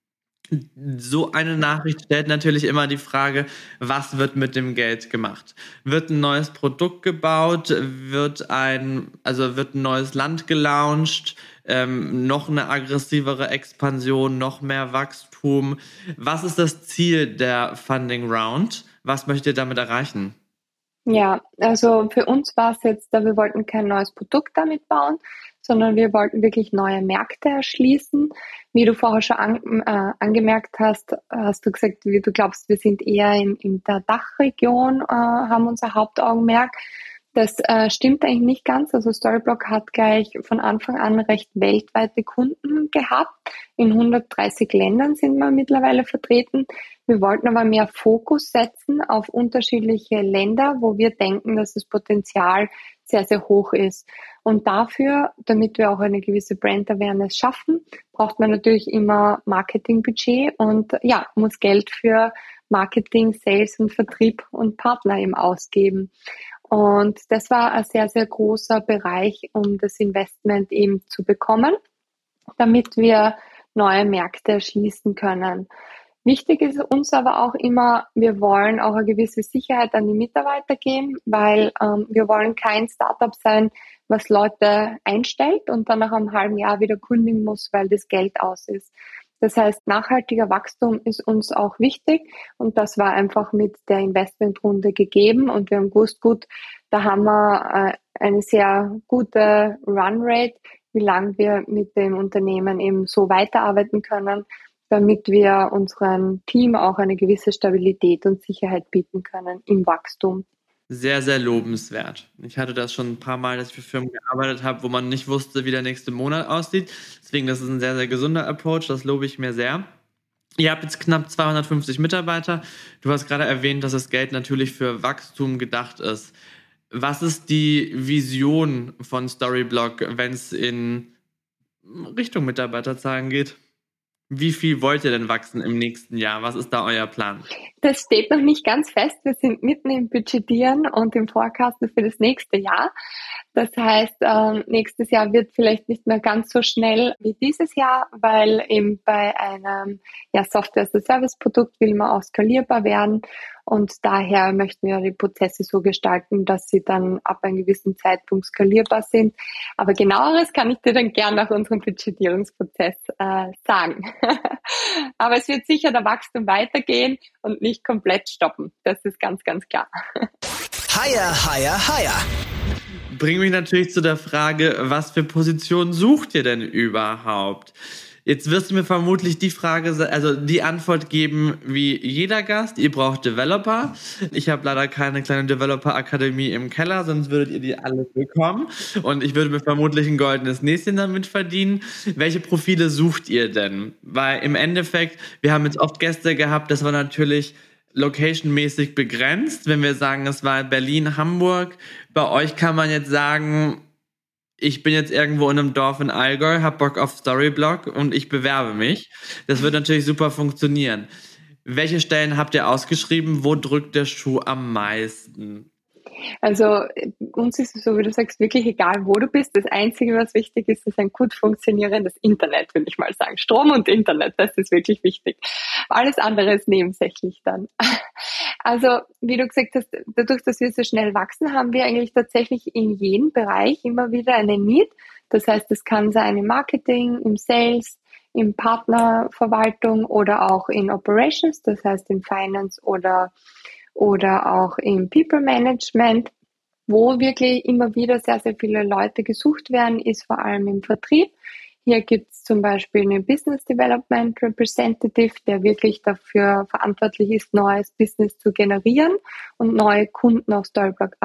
So eine Nachricht stellt natürlich immer die Frage, was wird mit dem Geld gemacht? Wird ein neues Produkt gebaut? Wird ein neues Land gelauncht? Noch eine aggressivere Expansion, noch mehr Wachstum? Was ist das Ziel der Funding Round? Was möchtet ihr damit erreichen? Ja, also für uns war es jetzt, wir wollten kein neues Produkt damit bauen, sondern wir wollten wirklich neue Märkte erschließen. Wie du vorher schon angemerkt hast, hast du gesagt, wie du glaubst, wir sind eher in der Dachregion, haben unser Hauptaugenmerk. Das stimmt eigentlich nicht ganz. Also Storyblog hat gleich von Anfang an recht weltweite Kunden gehabt. In 130 Ländern sind wir mittlerweile vertreten. Wir wollten aber mehr Fokus setzen auf unterschiedliche Länder, wo wir denken, dass das Potenzial sehr, sehr hoch ist. Und dafür, damit wir auch eine gewisse Brand Awareness schaffen, braucht man natürlich immer Marketingbudget und ja, muss Geld für Marketing, Sales und Vertrieb und Partner eben ausgeben. Und das war ein sehr, sehr großer Bereich, um das Investment eben zu bekommen, damit wir neue Märkte erschließen können. Wichtig ist uns aber auch immer, wir wollen auch eine gewisse Sicherheit an die Mitarbeiter geben, weil wir wollen kein Startup sein, was Leute einstellt und dann nach einem halben Jahr wieder kündigen muss, weil das Geld aus ist. Das heißt, nachhaltiger Wachstum ist uns auch wichtig und das war einfach mit der Investmentrunde gegeben und wir haben gewusst, gut, da haben wir eine sehr gute Runrate, wie lange wir mit dem Unternehmen eben so weiterarbeiten können, damit wir unserem Team auch eine gewisse Stabilität und Sicherheit bieten können im Wachstum. Sehr, sehr lobenswert. Ich hatte das schon ein paar Mal, dass ich für Firmen gearbeitet habe, wo man nicht wusste, wie der nächste Monat aussieht. Deswegen, das ist ein sehr, sehr gesunder Approach. Das lobe ich mir sehr. Ihr habt jetzt knapp 250 Mitarbeiter. Du hast gerade erwähnt, dass das Geld natürlich für Wachstum gedacht ist. Was ist die Vision von Storyblock, wenn es in Richtung Mitarbeiterzahlen geht? Wie viel wollt ihr denn wachsen im nächsten Jahr? Was ist da euer Plan? Das steht noch nicht ganz fest. Wir sind mitten im Budgetieren und im Forecasten für das nächste Jahr. Das heißt, nächstes Jahr wird vielleicht nicht mehr ganz so schnell wie dieses Jahr, weil eben bei einem Software-as-a-Service-Produkt will man auch skalierbar werden. Und daher möchten wir die Prozesse so gestalten, dass sie dann ab einem gewissen Zeitpunkt skalierbar sind. Aber genaueres kann ich dir dann gern nach unserem Budgetierungsprozess sagen. Aber es wird sicher der Wachstum weitergehen und nicht komplett stoppen. Das ist ganz, ganz klar. Hire. Bringt mich natürlich zu der Frage, was für Positionen sucht ihr denn überhaupt? Jetzt wirst du mir vermutlich die Antwort geben wie jeder Gast. Ihr braucht Developer. Ich habe leider keine kleine Developer-Akademie im Keller, sonst würdet ihr die alle bekommen. Und ich würde mir vermutlich ein goldenes Näschen damit verdienen. Welche Profile sucht ihr denn? Weil im Endeffekt, wir haben jetzt oft Gäste gehabt, das war natürlich locationmäßig begrenzt. Wenn wir sagen, es war Berlin, Hamburg. Bei euch kann man jetzt sagen, ich bin jetzt irgendwo in einem Dorf in Allgäu, hab Bock auf Storyblock und ich bewerbe mich. Das wird natürlich super funktionieren. Welche Stellen habt ihr ausgeschrieben? Wo drückt der Schuh am meisten? Also uns ist es so, wie du sagst, wirklich egal, wo du bist. Das Einzige, was wichtig ist, ist ein gut funktionierendes Internet, würde ich mal sagen. Strom und Internet, das ist wirklich wichtig. Alles andere ist nebensächlich dann. Also, wie du gesagt hast, dadurch, dass wir so schnell wachsen, haben wir eigentlich tatsächlich in jedem Bereich immer wieder eine Need. Das heißt, es kann sein im Marketing, im Sales, in Partnerverwaltung oder auch in Operations, das heißt in Finance oder auch im People Management. Wo wirklich immer wieder sehr, sehr viele Leute gesucht werden, ist vor allem im Vertrieb. Hier gibt es zum Beispiel einen Business Development Representative, der wirklich dafür verantwortlich ist, neues Business zu generieren und neue Kunden auf Storyblock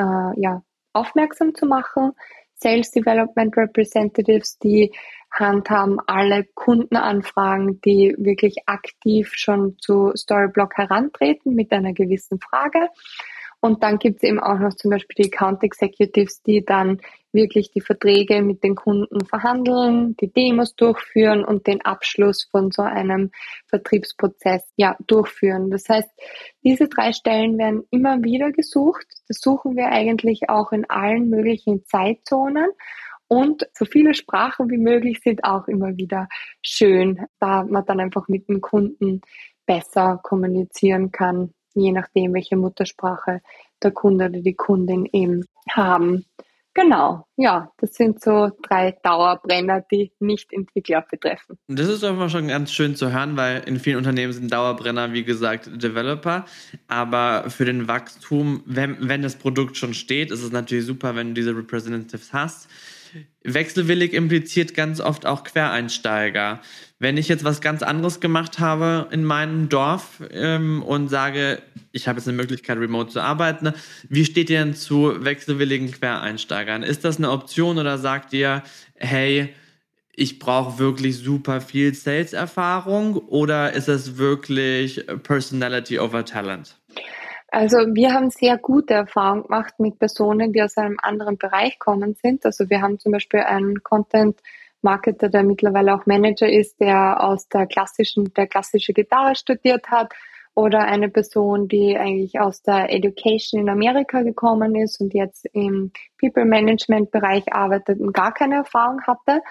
aufmerksam zu machen. Sales Development Representatives, die handhaben alle Kundenanfragen, die wirklich aktiv schon zu Storyblock herantreten mit einer gewissen Frage. Und dann gibt es eben auch noch zum Beispiel die Account Executives, die dann wirklich die Verträge mit den Kunden verhandeln, die Demos durchführen und den Abschluss von so einem Vertriebsprozess durchführen. Das heißt, diese 3 Stellen werden immer wieder gesucht. Das suchen wir eigentlich auch in allen möglichen Zeitzonen. Und so viele Sprachen wie möglich sind auch immer wieder schön, da man dann einfach mit dem Kunden besser kommunizieren kann, je nachdem, welche Muttersprache der Kunde oder die Kundin eben haben. Genau, ja, das sind so 3 Dauerbrenner, die nicht Entwickler betreffen. Das ist doch mal schon ganz schön zu hören, weil in vielen Unternehmen sind Dauerbrenner, wie gesagt, Developer. Aber für den Wachstum, wenn das Produkt schon steht, ist es natürlich super, wenn du diese Representatives hast. Wechselwillig impliziert ganz oft auch Quereinsteiger. Wenn ich jetzt was ganz anderes gemacht habe in meinem Dorf und sage, ich habe jetzt eine Möglichkeit, remote zu arbeiten, wie steht ihr denn zu wechselwilligen Quereinsteigern? Ist das eine Option oder sagt ihr, hey, ich brauche wirklich super viel Sales-Erfahrung oder ist es wirklich Personality over Talent? Also wir haben sehr gute Erfahrungen gemacht mit Personen, die aus einem anderen Bereich kommen sind. Also wir haben zum Beispiel einen Content-Marketer, der mittlerweile auch Manager ist, der aus der klassische Gitarre studiert hat, oder eine Person, die eigentlich aus der Education in Amerika gekommen ist und jetzt im People-Management-Bereich arbeitet und gar keine Erfahrung hatte.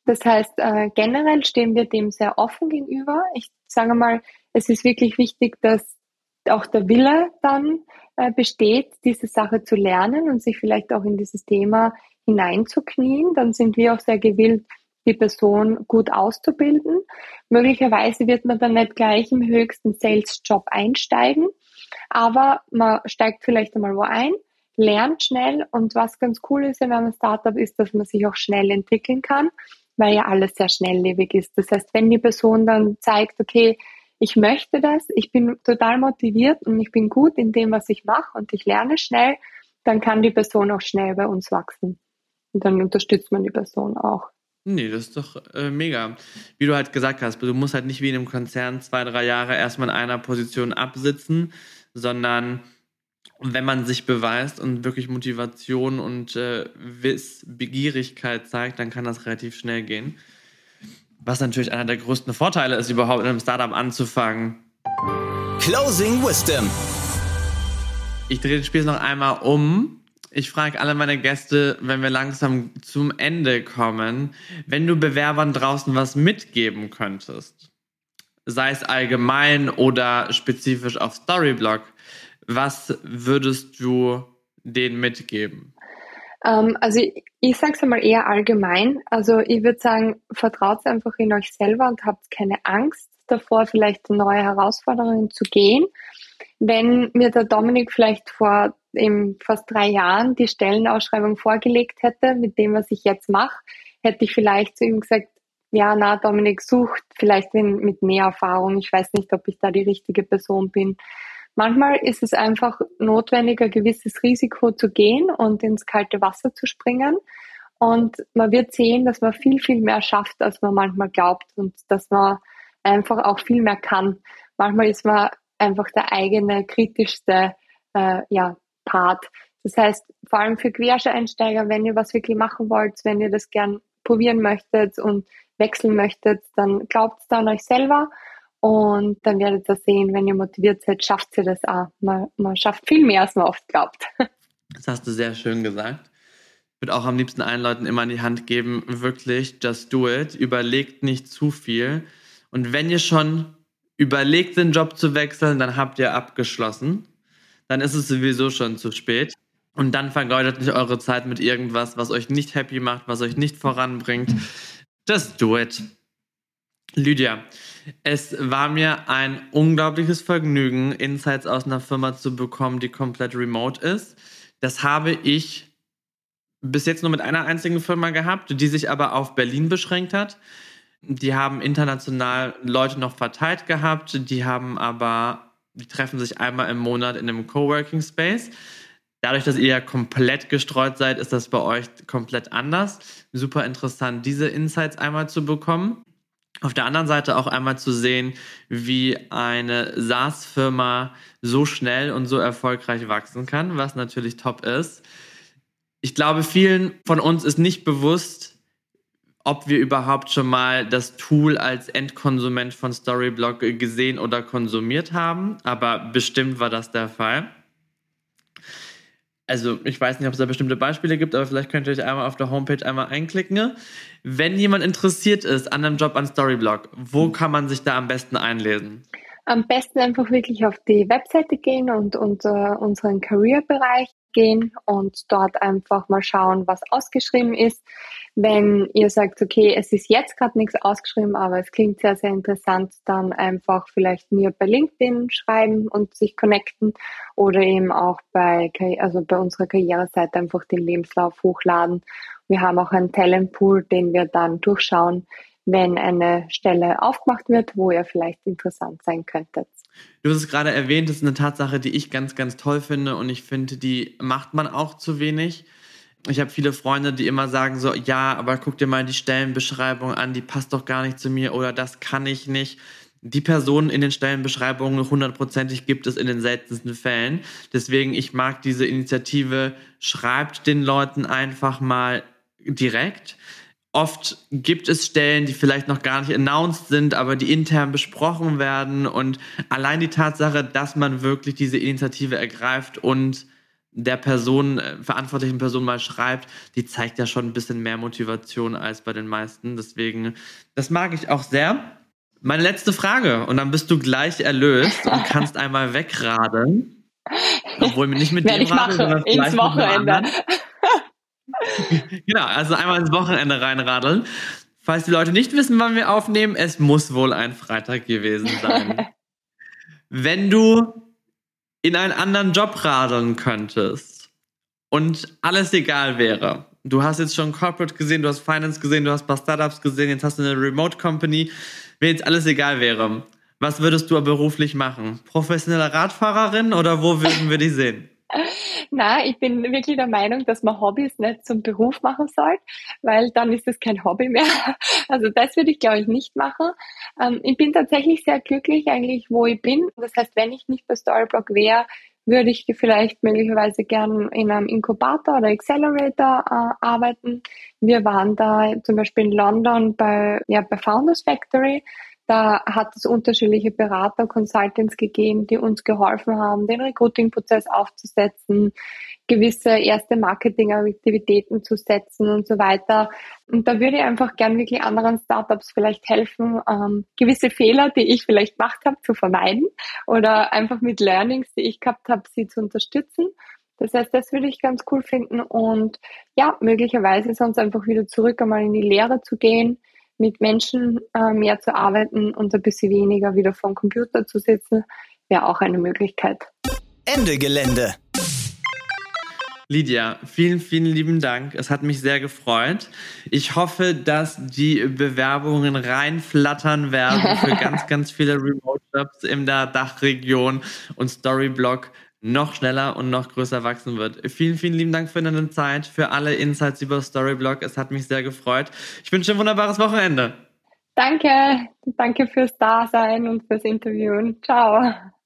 Das heißt, generell stehen wir dem sehr offen gegenüber. Ich sage mal, es ist wirklich wichtig, dass auch der Wille dann besteht, diese Sache zu lernen und sich vielleicht auch in dieses Thema hineinzuknien. Dann sind wir auch sehr gewillt, die Person gut auszubilden. Möglicherweise wird man dann nicht gleich im höchsten Sales-Job einsteigen, aber man steigt vielleicht einmal wo ein, lernt schnell, und was ganz cool ist in einem Startup ist, dass man sich auch schnell entwickeln kann, weil ja alles sehr schnelllebig ist. Das heißt, wenn die Person dann zeigt, okay, ich möchte das, ich bin total motiviert und ich bin gut in dem, was ich mache und ich lerne schnell, dann kann die Person auch schnell bei uns wachsen. Und dann unterstützt man die Person auch. Nee, das ist doch mega. Wie du halt gesagt hast, du musst halt nicht wie in einem Konzern 2-3 Jahre erstmal in einer Position absitzen, sondern wenn man sich beweist und wirklich Motivation und Wissbegierigkeit zeigt, dann kann das relativ schnell gehen. Was natürlich einer der größten Vorteile ist, überhaupt in einem Startup anzufangen. Closing Wisdom. Ich drehe den Spiel noch einmal um. Ich frage alle meine Gäste, wenn wir langsam zum Ende kommen, wenn du Bewerbern draußen was mitgeben könntest, sei es allgemein oder spezifisch auf Storyblock, was würdest du denen mitgeben? Also ich sage es einmal eher allgemein. Also ich würde sagen, vertraut einfach in euch selber und habt keine Angst davor, vielleicht neue Herausforderungen zu gehen. Wenn mir der Dominik vielleicht vor eben fast 3 Jahren die Stellenausschreibung vorgelegt hätte, mit dem, was ich jetzt mache, hätte ich vielleicht zu ihm gesagt, ja, na, Dominik sucht vielleicht mit mehr Erfahrung. Ich weiß nicht, ob ich da die richtige Person bin. Manchmal ist es einfach notwendig, ein gewisses Risiko zu gehen und ins kalte Wasser zu springen. Und man wird sehen, dass man viel, viel mehr schafft, als man manchmal glaubt, und dass man einfach auch viel mehr kann. Manchmal ist man einfach der eigene kritischste Part. Das heißt, vor allem für Quereinsteiger, wenn ihr was wirklich machen wollt, wenn ihr das gern probieren möchtet und wechseln möchtet, dann glaubt an euch selber. Und dann werdet ihr sehen, wenn ihr motiviert seid, schafft ihr das auch. Man schafft viel mehr, als man oft glaubt. Das hast du sehr schön gesagt. Ich würde auch am liebsten allen Leuten immer in die Hand geben, wirklich, just do it. Überlegt nicht zu viel. Und wenn ihr schon überlegt, den Job zu wechseln, dann habt ihr abgeschlossen. Dann ist es sowieso schon zu spät. Und dann vergeudet nicht eure Zeit mit irgendwas, was euch nicht happy macht, was euch nicht voranbringt. Just do it. Lydia, es war mir ein unglaubliches Vergnügen, Insights aus einer Firma zu bekommen, die komplett remote ist. Das habe ich bis jetzt nur mit einer einzigen Firma gehabt, die sich aber auf Berlin beschränkt hat. Die haben international Leute noch verteilt gehabt, die treffen sich einmal im Monat in einem Coworking Space. Dadurch, dass ihr ja komplett gestreut seid, ist das bei euch komplett anders. Super interessant, diese Insights einmal zu bekommen. Auf der anderen Seite auch einmal zu sehen, wie eine SaaS-Firma so schnell und so erfolgreich wachsen kann, was natürlich top ist. Ich glaube, vielen von uns ist nicht bewusst, ob wir überhaupt schon mal das Tool als Endkonsument von Storyblock gesehen oder konsumiert haben, aber bestimmt war das der Fall. Also ich weiß nicht, ob es da bestimmte Beispiele gibt, aber vielleicht könnt ihr euch einmal auf der Homepage einmal einklicken. Wenn jemand interessiert ist an einem Job an Storyblock, wo kann man sich da am besten einlesen? Am besten einfach wirklich auf die Webseite gehen und unseren Career-Bereich gehen und dort einfach mal schauen, was ausgeschrieben ist. Wenn ihr sagt, okay, es ist jetzt gerade nichts ausgeschrieben, aber es klingt sehr, sehr interessant, dann einfach vielleicht mir bei LinkedIn schreiben und sich connecten oder eben auch bei unserer Karriereseite einfach den Lebenslauf hochladen. Wir haben auch einen Talentpool, den wir dann durchschauen, wenn eine Stelle aufgemacht wird, wo ihr vielleicht interessant sein könntet. Du hast es gerade erwähnt, das ist eine Tatsache, die ich ganz, ganz toll finde, und ich finde, die macht man auch zu wenig. Ich habe viele Freunde, die immer sagen so, ja, aber guck dir mal die Stellenbeschreibung an, die passt doch gar nicht zu mir oder das kann ich nicht. Die Personen in den Stellenbeschreibungen 100%ig gibt es in den seltensten Fällen. Deswegen, ich mag diese Initiative, schreibt den Leuten einfach mal direkt. Oft gibt es Stellen, die vielleicht noch gar nicht announced sind, aber die intern besprochen werden, und allein die Tatsache, dass man wirklich diese Initiative ergreift und der verantwortlichen Person mal schreibt, die zeigt ja schon ein bisschen mehr Motivation als bei den meisten. Deswegen, das mag ich auch sehr. Meine letzte Frage, und dann bist du gleich erlöst und kannst einmal wegradeln. Obwohl nicht mit Werde dem ich machen, sondern ins Wochenende. Genau, also einmal ins Wochenende reinradeln. Falls die Leute nicht wissen, wann wir aufnehmen, es muss wohl ein Freitag gewesen sein. Wenn du in einen anderen Job radeln könntest und alles egal wäre, du hast jetzt schon Corporate gesehen, du hast Finance gesehen, du hast ein paar Startups gesehen, jetzt hast du eine Remote Company, wenn jetzt alles egal wäre, was würdest du beruflich machen? Professionelle Radfahrerin oder wo würden wir dich sehen? Na, ich bin wirklich der Meinung, dass man Hobbys nicht zum Beruf machen soll, weil dann ist es kein Hobby mehr. Also das würde ich, glaube ich, nicht machen. Ich bin tatsächlich sehr glücklich eigentlich, wo ich bin. Das heißt, wenn ich nicht bei Storyblock wäre, würde ich vielleicht möglicherweise gern in einem Inkubator oder Accelerator arbeiten. Wir waren da zum Beispiel in London bei Founders Factory. Da hat es unterschiedliche Berater, Consultants gegeben, die uns geholfen haben, den Recruiting-Prozess aufzusetzen, gewisse erste Marketing-Aktivitäten zu setzen und so weiter. Und da würde ich einfach gern wirklich anderen Startups vielleicht helfen, gewisse Fehler, die ich vielleicht gemacht habe, zu vermeiden oder einfach mit Learnings, die ich gehabt habe, sie zu unterstützen. Das heißt, das würde ich ganz cool finden und ja, möglicherweise sonst einfach wieder zurück einmal in die Lehre zu gehen, mit Menschen mehr zu arbeiten und ein bisschen weniger wieder vor dem Computer zu sitzen, wäre auch eine Möglichkeit. Ende Gelände. Lydia, vielen, vielen lieben Dank. Es hat mich sehr gefreut. Ich hoffe, dass die Bewerbungen reinflattern werden für ganz, ganz viele Remote-Jobs in der Dachregion und Storyblock noch schneller und noch größer wachsen wird. Vielen, vielen lieben Dank für deine Zeit, für alle Insights über Storyblock. Es hat mich sehr gefreut. Ich wünsche ein wunderbares Wochenende. Danke fürs Dasein und fürs Interviewen. Ciao.